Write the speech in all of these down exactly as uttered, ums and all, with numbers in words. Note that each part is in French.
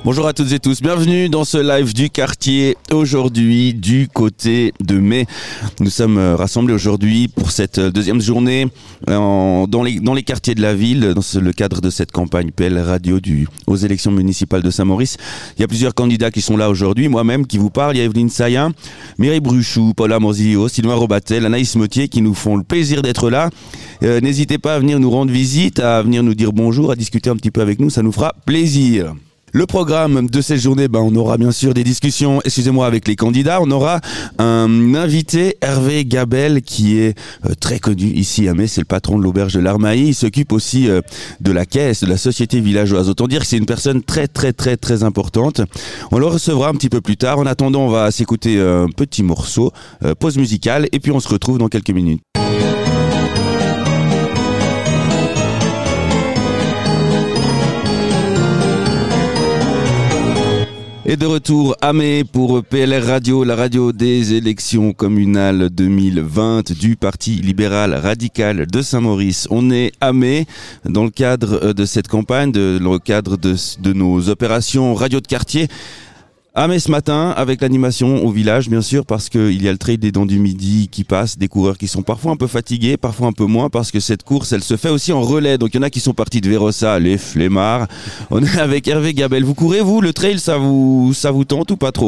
Bonjour à toutes et tous, bienvenue dans ce live du quartier, aujourd'hui du côté de Mai. Nous sommes rassemblés aujourd'hui pour cette deuxième journée en, dans, les, dans les quartiers de la ville, dans ce, le cadre de cette campagne P L Radio du, aux élections municipales de Saint-Maurice. Il y a plusieurs candidats qui sont là aujourd'hui, moi-même qui vous parle, il y a Evelyne Saillant, Mireille Bruchou, Paula Morzillo, Sylvain Robatel, Anaïs Mottier qui nous font le plaisir d'être là. Euh, n'hésitez pas à venir nous rendre visite, à venir nous dire bonjour, à discuter un petit peu avec nous, ça nous fera plaisir. Le programme de cette journée, ben, on aura bien sûr des discussions, excusez-moi, avec les candidats. On aura un invité, Hervé Gabel, qui est euh, très connu ici à Metz. C'est le patron de l'auberge de l'Armailly. Il s'occupe aussi euh, de la caisse, de la société villageoise. Autant dire que c'est une personne très, très, très, très importante. On le recevra un petit peu plus tard. En attendant, on va s'écouter un petit morceau, euh, pause musicale, et puis on se retrouve dans quelques minutes. Et de retour à Mai pour P L R Radio, la radio des élections communales deux mille vingt du Parti libéral radical de Saint-Maurice. On est à Mai dans le cadre de cette campagne, de, dans le cadre de, de nos opérations radio de quartier. À Mai ce matin, avec l'animation au village, bien sûr, parce qu'il y a le trail des Dents du Midi qui passe, des coureurs qui sont parfois un peu fatigués, parfois un peu moins, parce que cette course, elle se fait aussi en relais. Donc il y en a qui sont partis de Vérossa, les flemmards. On est avec Hervé Gabel. Vous courez, vous, le trail, ça vous, ça vous tente ou pas trop ?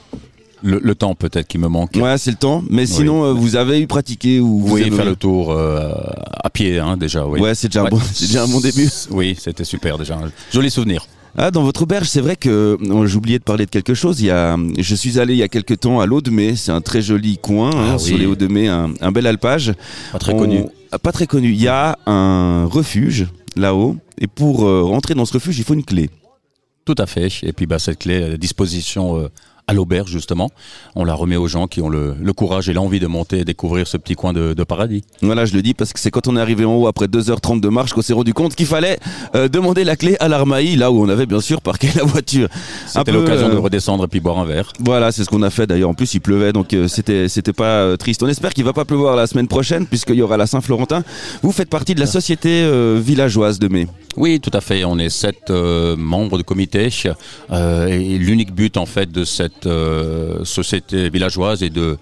Le, le temps peut-être qui me manque. Ouais, c'est le temps. Mais sinon, oui. euh, vous avez eu pratiqué ou vous Oui, avez... faire le tour euh, à pied, hein, déjà. Oui. Ouais, c'est déjà, ouais. Un bon, c'est déjà un bon début. Oui, c'était super déjà. Un joli souvenir. Ah, dans votre auberge, c'est vrai que oh, j'oubliais de parler de quelque chose. Il y a, je suis allé il y a quelques temps à l'Haut de Mai. C'est un très joli coin hein, ah, sur oui. les Hauts de Mai, un, un bel alpage. Pas très On, connu. Pas très connu. Il y a un refuge là-haut, et pour euh, rentrer dans ce refuge, il faut une clé. Tout à fait. Et puis bah cette clé à disposition. Euh, à l'auberge justement, on la remet aux gens qui ont le, le courage et l'envie de monter et découvrir ce petit coin de, de paradis. Voilà, je le dis parce que c'est quand on est arrivé en haut après deux heures trente de marche qu'on s'est rendu compte qu'il fallait euh, demander la clé à l'Armailly, là où on avait bien sûr parqué la voiture. C'était peu, l'occasion euh, de redescendre et puis boire un verre. Voilà, c'est ce qu'on a fait d'ailleurs. En plus, il pleuvait, donc euh, c'était c'était pas euh, triste. On espère qu'il va pas pleuvoir la semaine prochaine puisqu'il y aura la Saint-Florentin. Vous faites partie de la société euh, villageoise de Mai. Oui, tout à fait. On est sept euh, membres de comité euh, et l'unique but en fait de cette euh, société villageoise est de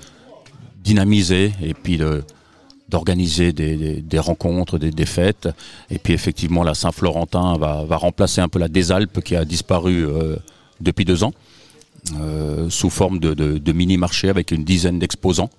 dynamiser et puis de, d'organiser des, des, des rencontres, des, des fêtes. Et puis effectivement, la Saint-Florentin va, va remplacer un peu la Désalpes qui a disparu euh, depuis deux ans euh, sous forme de, de, de mini-marché avec une dizaine d'exposants.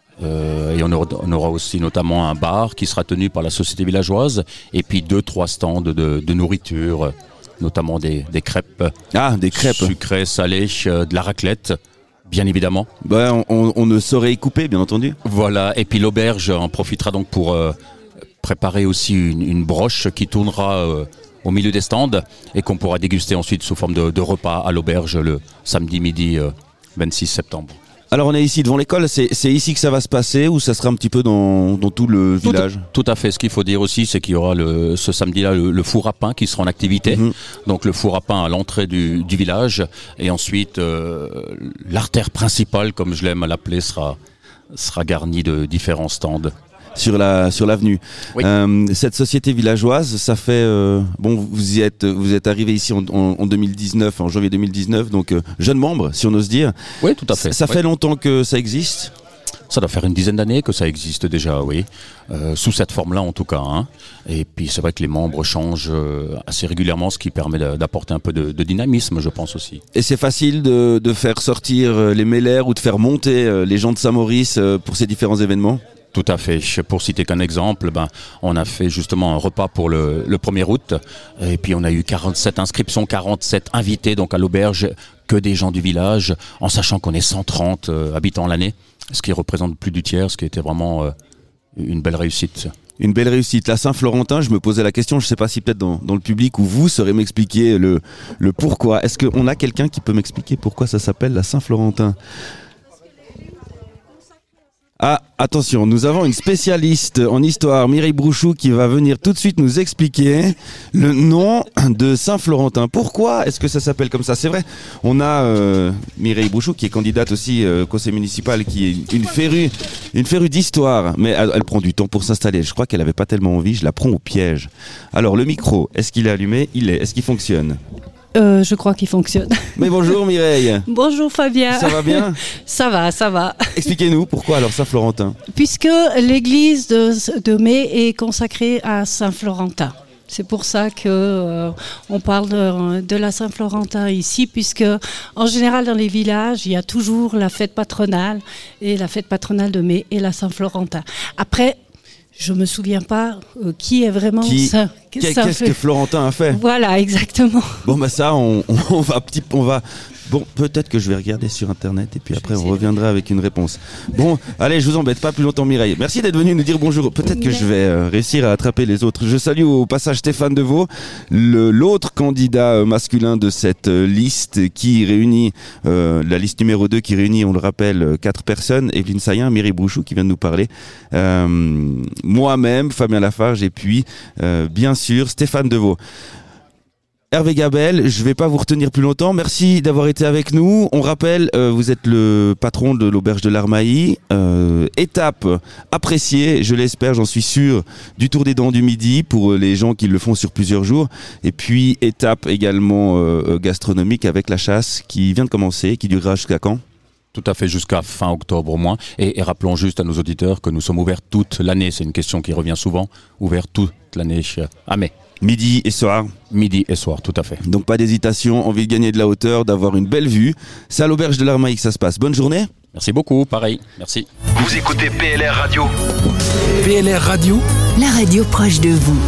Euh, et on aura, on aura aussi notamment un bar qui sera tenu par la société villageoise et puis deux, trois stands de, de nourriture, notamment des, des crêpes, ah, des crêpes sucrées, salées, de la raclette, bien évidemment. Bah, on, on, on ne saurait y couper, bien entendu. Voilà, et puis l'auberge en profitera donc pour euh, préparer aussi une, une broche qui tournera euh, au milieu des stands et qu'on pourra déguster ensuite sous forme de, de repas à l'auberge le samedi midi euh, vingt-six septembre. Alors on est ici devant l'école, c'est, c'est ici que ça va se passer ou ça sera un petit peu dans, dans tout le village ? Tout, tout à fait, ce qu'il faut dire aussi c'est qu'il y aura le, ce samedi-là le, le four à pain qui sera en activité, mmh. donc le four à pain à l'entrée du, du village et ensuite euh, l'artère principale comme je l'aime à l'appeler sera, sera garnie de différents stands. Sur la sur l'avenue. Oui. Euh, cette société villageoise, ça fait euh, bon vous y êtes vous êtes arrivé ici en, en, en deux mille dix-neuf, en janvier deux mille dix-neuf, donc euh, jeune membre si on ose dire. Oui, tout à fait. Ça, ça oui. fait longtemps que ça existe. Ça doit faire une dizaine d'années que ça existe déjà, oui, euh, sous cette forme-là en tout cas. Hein. Et puis c'est vrai que les membres changent assez régulièrement, ce qui permet d'apporter un peu de, de dynamisme, je pense aussi. Et c'est facile de, de faire sortir les mélaires ou de faire monter les gens de Saint-Maurice pour ces différents événements ? Tout à fait. Pour citer qu'un exemple, ben, on a fait justement un repas pour le, le premier août et puis on a eu quarante-sept inscriptions, quarante-sept invités donc à l'auberge, que des gens du village, en sachant qu'on est cent trente euh, habitants l'année, ce qui représente plus du tiers, ce qui était vraiment euh, une belle réussite. Une belle réussite. La Saint-Florentin, je me posais la question, je ne sais pas si peut-être dans, dans le public ou vous saurez m'expliquer le, le pourquoi. Est-ce qu'on a quelqu'un qui peut m'expliquer pourquoi ça s'appelle la Saint-Florentin ? Ah, attention, nous avons une spécialiste en histoire, Mireille Bruchou, qui va venir tout de suite nous expliquer le nom de Saint-Florentin. Pourquoi est-ce que ça s'appelle comme ça ? C'est vrai, on a euh, Mireille Bruchou, qui est candidate aussi euh, au conseil municipal, qui est une férue, une férue d'histoire, mais elle, elle prend du temps pour s'installer. Je crois qu'elle n'avait pas tellement envie, je la prends au piège. Alors, le micro, est-ce qu'il est allumé ? Il est. Est-ce qu'il fonctionne ? Euh, je crois qu'il fonctionne. Mais bonjour Mireille. Bonjour Fabien. Ça va bien? Ça va, ça va. Expliquez-nous pourquoi alors Saint-Florentin? Puisque l'église de, de mai est consacrée à Saint-Florentin. C'est pour ça que euh, on parle de, de la Saint-Florentin ici, puisque en général dans les villages, il y a toujours la fête patronale, et la fête patronale de mai et la Saint-Florentin. Après, je me souviens pas euh, qui est vraiment qui, Saint. Qu'est-ce que Florentin a fait? Voilà, exactement. Bon bah ça, on, on, on va petit, on va. Bon, peut-être que je vais regarder sur internet et puis après on reviendra avec une réponse. Bon, allez, je vous embête pas plus longtemps Mireille. Merci d'être venu nous dire bonjour. Peut-être que je vais euh, réussir à attraper les autres. Je salue au passage Stéphane Deveau, le, l'autre candidat euh, masculin de cette euh, liste qui réunit, euh, la liste numéro deux qui réunit, on le rappelle, euh, quatre personnes. Evelyne Saillant, Mireille Brouchou qui vient de nous parler, euh, moi-même, Fabien Lafarge et puis, euh, bien sûr, Stéphane Deveau. Hervé Gabel, je ne vais pas vous retenir plus longtemps. Merci d'avoir été avec nous. On rappelle, euh, vous êtes le patron de l'auberge de l'Armailly. Euh, étape appréciée, je l'espère, j'en suis sûr, du Tour des Dents du Midi pour les gens qui le font sur plusieurs jours. Et puis étape également euh, gastronomique avec la chasse qui vient de commencer, qui durera jusqu'à quand ? Tout à fait, jusqu'à fin octobre au moins. Et, et rappelons juste à nos auditeurs que nous sommes ouverts toute l'année. C'est une question qui revient souvent. Ouverts toute l'année à mai. Midi et soir. Midi et soir, tout à fait. Donc pas d'hésitation, envie de gagner de la hauteur, d'avoir une belle vue. C'est à l'auberge de l'Armailly que ça se passe. Bonne journée. Merci beaucoup, pareil, merci. Vous écoutez P L R Radio. P L R Radio, la radio proche de vous.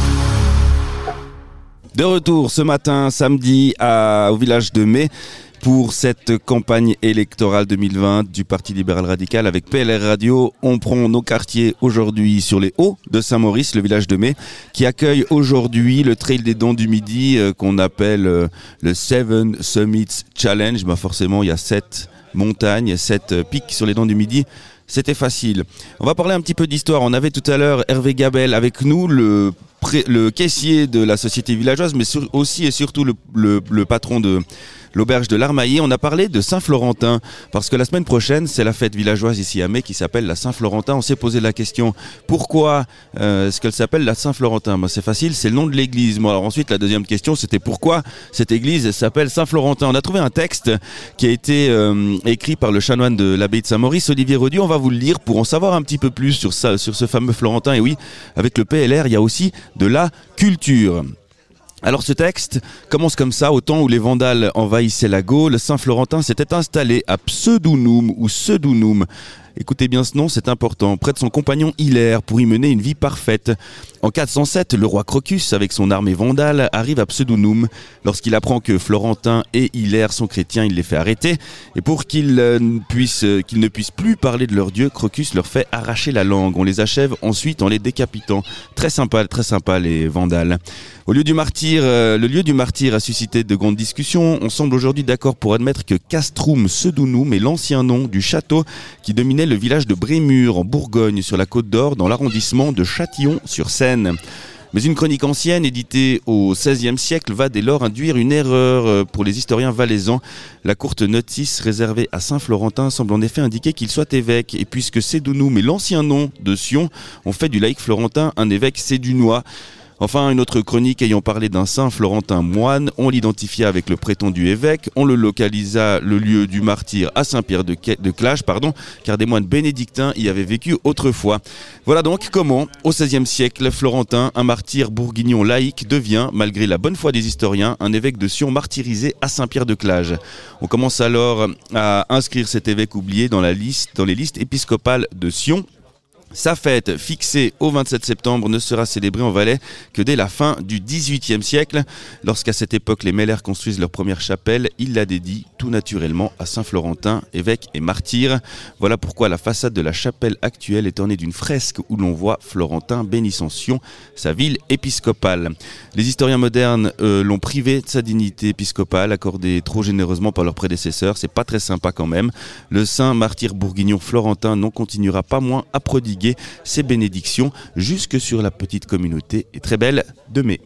De retour ce matin, samedi, à, au village de Mai, pour cette campagne électorale deux mille vingt du Parti libéral radical avec P L R Radio. On prend nos quartiers aujourd'hui sur les hauts de Saint-Maurice, le village de Mai, qui accueille aujourd'hui le Trail des Dents du Midi euh, qu'on appelle euh, le Seven Summits Challenge. Bah forcément, il y a sept montagnes, sept euh, pics sur les Dents du Midi. C'était facile. On va parler un petit peu d'histoire. On avait tout à l'heure Hervé Gabel avec nous, le, pré- le caissier de la société villageoise, mais sur- aussi et surtout le, le, le patron de l'auberge de l'Armailly. On a parlé de Saint-Florentin parce que la semaine prochaine, c'est la fête villageoise ici à Mai qui s'appelle la Saint-Florentin. On s'est posé la question, pourquoi euh, est-ce qu'elle s'appelle la Saint-Florentin? Moi, c'est facile, c'est le nom de l'église. Moi, alors ensuite, la deuxième question, c'était pourquoi cette église s'appelle Saint-Florentin. On a trouvé un texte qui a été euh, écrit par le chanoine de l'abbaye de Saint-Maurice, Olivier Rodieu. On va vous le lire pour en savoir un petit peu plus sur ça, sur ce fameux Florentin. Et oui, avec le P L R, il y a aussi de la culture. Alors ce texte commence comme ça: au temps où les Vandales envahissaient la Gaule, Saint-Florentin s'était installé à Pseudunum ou Pseudunum. Écoutez bien ce nom, c'est important, près de son compagnon Hilaire pour y mener une vie parfaite. En quatre cent sept, le roi Crocus, avec son armée vandale, arrive à Pseudunum. Lorsqu'il apprend que Florentin et Hilaire sont chrétiens, il les fait arrêter. Et pour qu'ils, euh, puissent, euh, qu'ils ne puissent plus parler de leur Dieu, Crocus leur fait arracher la langue. On les achève ensuite en les décapitant. Très sympa, très sympa les Vandales. Au lieu du martyr, euh, le lieu du martyr a suscité de grandes discussions. On semble aujourd'hui d'accord pour admettre que Castrum Pseudunum est l'ancien nom du château qui dominait le village de Brémur en Bourgogne sur la Côte d'Or dans l'arrondissement de Châtillon-sur-Seine. Mais une chronique ancienne éditée au seizième siècle va dès lors induire une erreur pour les historiens valaisans. La courte notice réservée à Saint-Florentin semble en effet indiquer qu'il soit évêque, et puisque Sédunum est l'ancien nom de Sion, on fait du laïc florentin un évêque sédunois. Enfin, une autre chronique ayant parlé d'un saint Florentin moine, on l'identifia avec le prétendu évêque, on le localisa le lieu du martyr à Saint-Pierre de, de Clage, pardon, car des moines bénédictins y avaient vécu autrefois. Voilà donc comment, au seizième siècle, Florentin, un martyr bourguignon laïque, devient, malgré la bonne foi des historiens, un évêque de Sion martyrisé à Saint-Pierre de Clage. On commence alors à inscrire cet évêque oublié dans la liste, dans les listes épiscopales de Sion. Sa fête, fixée au vingt-sept septembre, ne sera célébrée en Valais que dès la fin du dix-huitième siècle. Lorsqu'à cette époque, les Meller construisent leur première chapelle, ils la dédient tout naturellement à Saint-Florentin, évêque et martyr. Voilà pourquoi la façade de la chapelle actuelle est ornée d'une fresque où l'on voit Florentin bénissant Sion, sa ville épiscopale. Les historiens modernes euh, l'ont privé de sa dignité épiscopale, accordée trop généreusement par leurs prédécesseurs. C'est pas très sympa quand même. Le saint martyr bourguignon Florentin n'en continuera pas moins à prodiguer ses bénédictions jusque sur la petite communauté et très belle de Mai.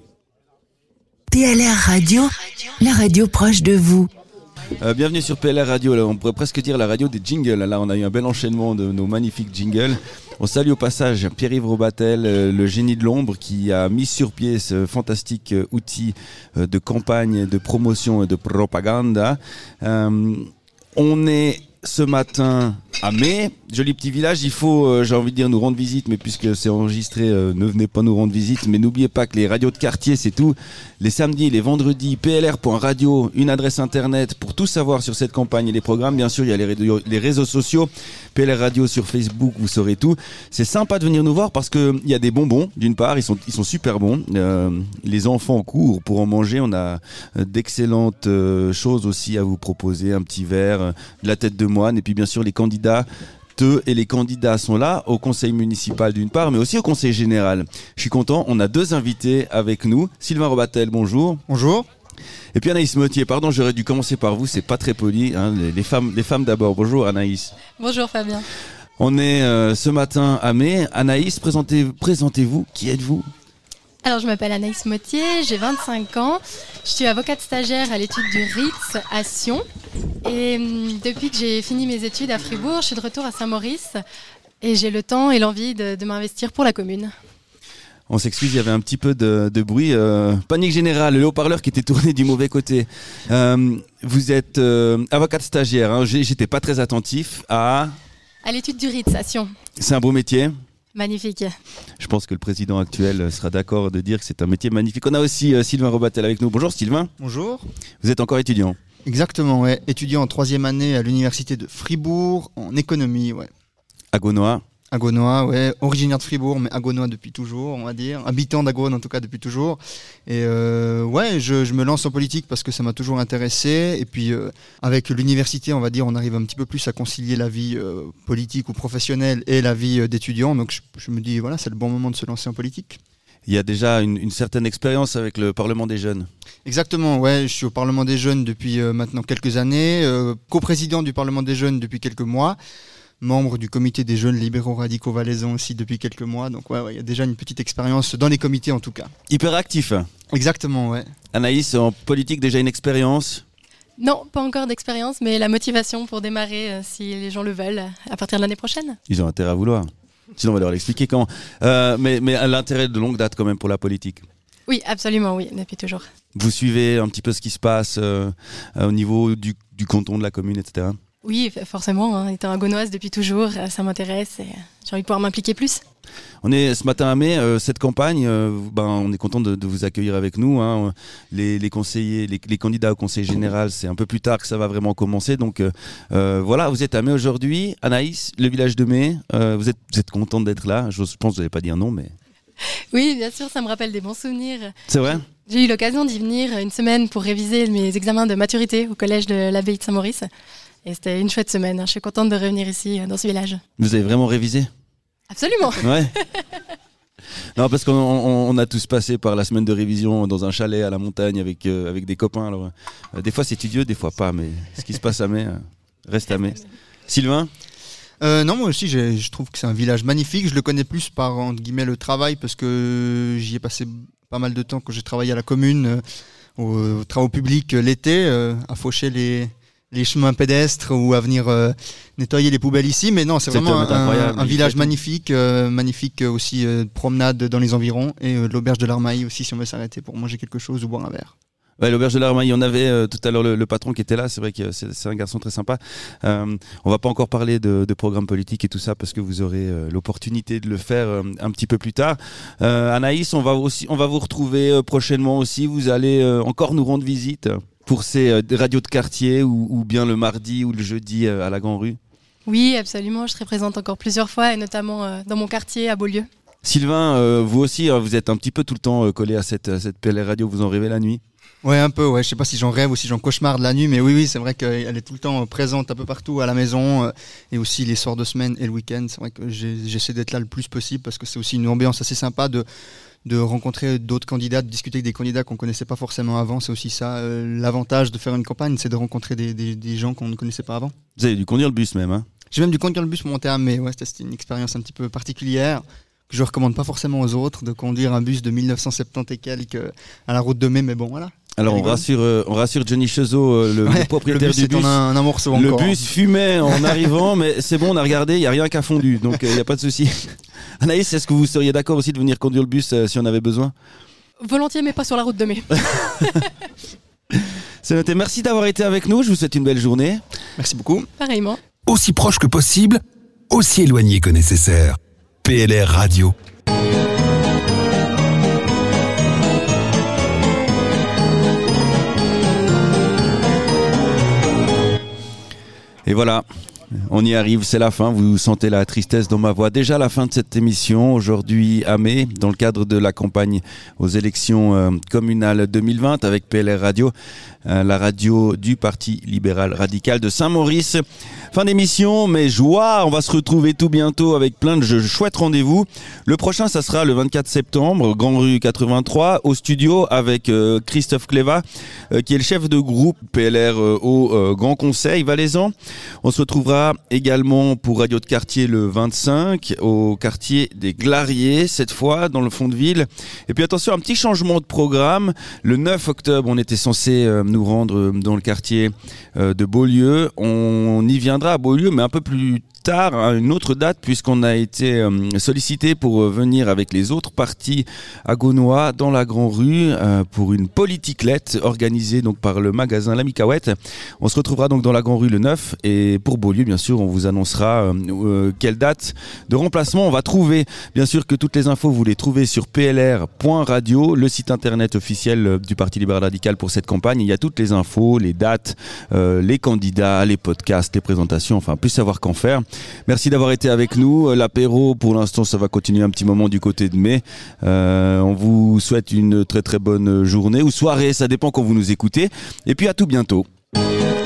P L R Radio, la radio proche de vous. Euh, bienvenue sur P L R Radio, là, on pourrait presque dire la radio des jingles. Là, on a eu un bel enchaînement de nos magnifiques jingles. On salue au passage Pierre-Yves Robatel, euh, le génie de l'ombre, qui a mis sur pied ce fantastique euh, outil euh, de campagne, de promotion et de propagande. Euh, on est ce matin à Mai, joli petit village. Il faut, euh, j'ai envie de dire, nous rendre visite, mais puisque c'est enregistré, euh, ne venez pas nous rendre visite. Mais n'oubliez pas que les radios de quartier, c'est tout. Les samedis, les vendredis, p l r point radio, une adresse internet pour tout savoir sur cette campagne et les programmes. Bien sûr, il y a les, radio, les réseaux sociaux, P L R Radio sur Facebook, vous saurez tout. C'est sympa de venir nous voir parce que il y a des bonbons. D'une part, ils sont, ils sont super bons. Euh, les enfants courent pour en manger. On a d'excellentes euh, choses aussi à vous proposer, un petit verre, euh, de la tête de moine, et puis bien sûr les candidats. Et les candidats sont là au conseil municipal d'une part, mais aussi au conseil général. Je suis content, on a deux invités avec nous. Sylvain Robatel, bonjour. Bonjour. Et puis Anaïs Mottier, pardon, j'aurais dû commencer par vous, c'est pas très poli, hein, les, les femmes, les femmes d'abord. Bonjour Anaïs. Bonjour Fabien. On est euh, ce matin à Mai. Anaïs, présentez, présentez-vous, qui êtes-vous ? Alors je m'appelle Anaïs Mottier, j'ai vingt-cinq ans, je suis avocate stagiaire à l'étude du R I T S à Sion et hum, depuis que j'ai fini mes études à Fribourg, je suis de retour à Saint-Maurice et j'ai le temps et l'envie de, de m'investir pour la commune. On s'excuse, il y avait un petit peu de, de bruit. Euh, panique générale, le haut-parleur qui était tourné du mauvais côté. Euh, vous êtes euh, avocate stagiaire, hein, j'étais pas très attentif à... À l'étude du R I T S à Sion. C'est un beau métier. Magnifique. Je pense que le président actuel sera d'accord de dire que c'est un métier magnifique. On a aussi euh, Sylvain Robatel avec nous. Bonjour Sylvain. Bonjour. Vous êtes encore étudiant ? Exactement, ouais. Étudiant en troisième année à l'université de Fribourg en économie, ouais. À Gaunois. Agonois, ouais, originaire de Fribourg, mais agonois depuis toujours, on va dire. Habitant d'Agone, en tout cas, depuis toujours. Et euh, ouais, je, je me lance en politique parce que ça m'a toujours intéressé. Et puis, euh, avec l'université, on va dire, on arrive un petit peu plus à concilier la vie euh, politique ou professionnelle et la vie euh, d'étudiant. Donc, je, je me dis, voilà, c'est le bon moment de se lancer en politique. Il y a déjà une, une certaine expérience avec le Parlement des jeunes. Exactement, ouais, je suis au Parlement des jeunes depuis euh, maintenant quelques années, euh, coprésident du Parlement des jeunes depuis quelques mois. Membre du comité des jeunes libéraux radicaux valaisans aussi depuis quelques mois. Donc ouais, ouais, il y a déjà une petite expérience dans les comités en tout cas. Hyper actif. Exactement, ouais. Anaïs, en politique, déjà une expérience ? Non, pas encore d'expérience, mais la motivation pour démarrer, euh, si les gens le veulent, à partir de l'année prochaine. Ils ont intérêt à vouloir. Sinon, on va leur l'expliquer quand. Euh, mais, mais l'intérêt de longue date quand même pour la politique. Oui, absolument, oui, depuis toujours. Vous suivez un petit peu ce qui se passe euh, au niveau du, du canton, de la commune, et cetera. Oui, forcément, hein, étant agonoise depuis toujours, ça m'intéresse et j'ai envie de pouvoir m'impliquer plus. On est ce matin à Mai, euh, cette campagne, euh, ben, on est content de, de vous accueillir avec nous. Hein. Les, les conseillers, les, les candidats au conseil général, c'est un peu plus tard que ça va vraiment commencer. Donc euh, euh, voilà, vous êtes à Mai aujourd'hui. Anaïs, le village de Mai, euh, vous êtes, vous êtes contente d'être là. Je pense que vous n'allez pas dire non, mais... Oui, bien sûr, ça me rappelle des bons souvenirs. C'est vrai ? J'ai eu l'occasion d'y venir une semaine pour réviser mes examens de maturité au collège de l'abbaye de Saint-Maurice. Et c'était une chouette semaine. Je suis contente de revenir ici, dans ce village. Vous avez vraiment révisé ? Absolument. Ouais. Non, parce qu'on on, on a tous passé par la semaine de révision dans un chalet à la montagne avec, euh, avec des copains. Alors, euh, des fois c'est studieux, des fois pas. Mais ce qui se passe à Mai, euh, reste à Mai. Sylvain ? Euh, non, moi aussi, j'ai, je trouve que c'est un village magnifique. Je le connais plus par, entre guillemets, le travail, parce que j'y ai passé pas mal de temps quand j'ai travaillé à la commune, euh, aux, aux travaux publics euh, l'été, euh, à faucher les, les chemins pédestres ou à venir euh, nettoyer les poubelles ici. Mais non, c'est, c'est vraiment un, un village magnifique, euh, magnifique aussi, euh, promenade dans les environs, et euh, l'auberge de l'Armaille aussi, si on veut s'arrêter pour manger quelque chose ou boire un verre. Ouais, l'auberge de l'Armaille, on avait euh, tout à l'heure le, le patron qui était là, c'est vrai que c'est, c'est un garçon très sympa. Euh, on va pas encore parler de, de programme politique et tout ça parce que vous aurez euh, l'opportunité de le faire euh, un petit peu plus tard. Euh, Anaïs, on va aussi, on va vous retrouver euh, prochainement aussi. Vous allez euh, encore nous rendre visite pour ces euh, radios de quartier ou, ou bien le mardi ou le jeudi euh, à la Grand Rue. Oui, absolument. Je serai présente encore plusieurs fois et notamment euh, dans mon quartier à Beaulieu. Sylvain, euh, vous aussi, euh, vous êtes un petit peu tout le temps euh, collé à cette, à cette P L R radio. Vous en rêvez la nuit ? Ouais, un peu, ouais. Je sais pas si j'en rêve ou si j'en cauchemarde la nuit, mais oui, oui, c'est vrai qu'elle est tout le temps présente un peu partout à la maison, euh, et aussi les soirs de semaine et le week-end. C'est vrai que j'ai, j'essaie d'être là le plus possible parce que c'est aussi une ambiance assez sympa de, de rencontrer d'autres candidats, de discuter avec des candidats qu'on connaissait pas forcément avant. C'est aussi ça, euh, l'avantage de faire une campagne, c'est de rencontrer des, des, des gens qu'on ne connaissait pas avant. Vous avez dû conduire le bus même, hein ? J'ai même dû conduire le bus pour monter à Mai. Ouais, c'était une expérience un petit peu particulière que je recommande pas forcément aux autres, de conduire un bus de mille neuf cent soixante-dix et quelques à la route de Mai, mais bon, voilà. Alors on rigole. rassure, euh, on rassure Johnny Chezot, euh, le, Ouais, le propriétaire le bus du est bus. en un, un morceau Le encore. bus fumait en arrivant, mais c'est bon, on a regardé, il n'y a rien qu'à fondu, donc il n'y a pas de souci. Anaïs, est-ce que vous seriez d'accord aussi de venir conduire le bus euh, si on avait besoin ? Volontiers, mais pas sur la route de mai. C'est noté, merci d'avoir été avec nous, je vous souhaite une belle journée. Merci beaucoup. Pareillement. Aussi proche que possible, aussi éloigné que nécessaire. P L R Radio. Et voilà, on y arrive, c'est la fin, vous sentez la tristesse dans ma voix. Déjà la fin de cette émission, aujourd'hui à mai, dans le cadre de la campagne aux élections euh, communales deux mille vingt avec P L R Radio, euh, la radio du Parti libéral radical de Saint-Maurice. Fin d'émission, mais joie, on va se retrouver tout bientôt avec plein de jeux, chouettes rendez-vous. Le prochain, ça sera le vingt-quatre septembre, Grand Rue quatre-vingt-trois, au studio avec euh, Christophe Cléva, euh, qui est le chef de groupe P L R euh, au euh, Grand Conseil valaisan. On se retrouvera également pour Radio de Quartier le vingt-cinq, au quartier des Glariers, cette fois, dans le fond de ville. Et puis attention, un petit changement de programme. Le neuf octobre, on était censé euh, nous rendre dans le quartier euh, de Beaulieu. On y viendra à Beaulieu, mais un peu plus tard, à une autre date, puisqu'on a été euh, sollicité pour euh, venir avec les autres partis agonois dans la Grand Rue euh, pour une politiclette organisée donc par le magasin La Micaouette. On se retrouvera donc dans la Grand Rue le neuf, et pour Beaulieu, bien sûr, on vous annoncera euh, euh, quelle date de remplacement on va trouver. Bien sûr que toutes les infos, vous les trouvez sur p l r point radio, le site internet officiel du Parti libéral radical pour cette campagne. Il y a toutes les infos, les dates, euh, les candidats, les podcasts, les présentations, enfin, plus savoir qu'en faire. Merci d'avoir été avec nous. L'apéro, pour l'instant, ça va continuer un petit moment du côté de mai. Euh, on vous souhaite une très très bonne journée ou soirée, ça dépend quand vous nous écoutez. Et puis à tout bientôt.